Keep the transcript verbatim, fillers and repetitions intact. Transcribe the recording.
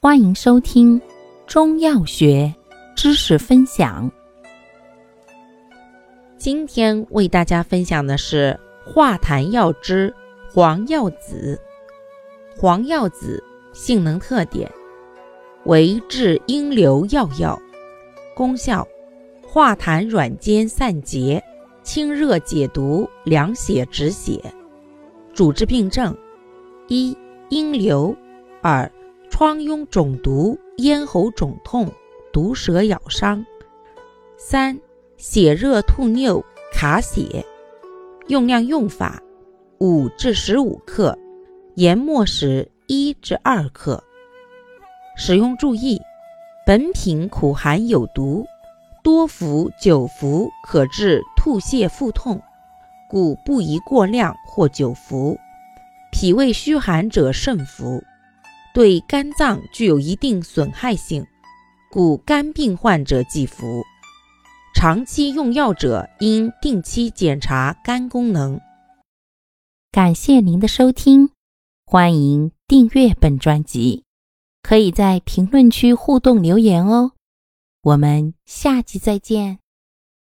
欢迎收听中药学知识分享。今天为大家分享的是化痰药之黄药子。黄药子性能特点为治阴流要药，功效化痰软坚散结，清热解毒，凉血止血。主治病症：一、阴流；二、疮痈肿毒、咽喉肿痛、毒蛇咬伤；三、血热吐衄、卡血。用量用法：五至十五克，研末时一至二克。使用注意：本品苦寒有毒，多服久服可致吐泻腹痛，故不宜过量或久服。脾胃虚寒者慎服，对肝脏具有一定损害性，故肝病患者忌服。长期用药者应定期检查肝功能。感谢您的收听，欢迎订阅本专辑，可以在评论区互动留言哦。我们下期再见。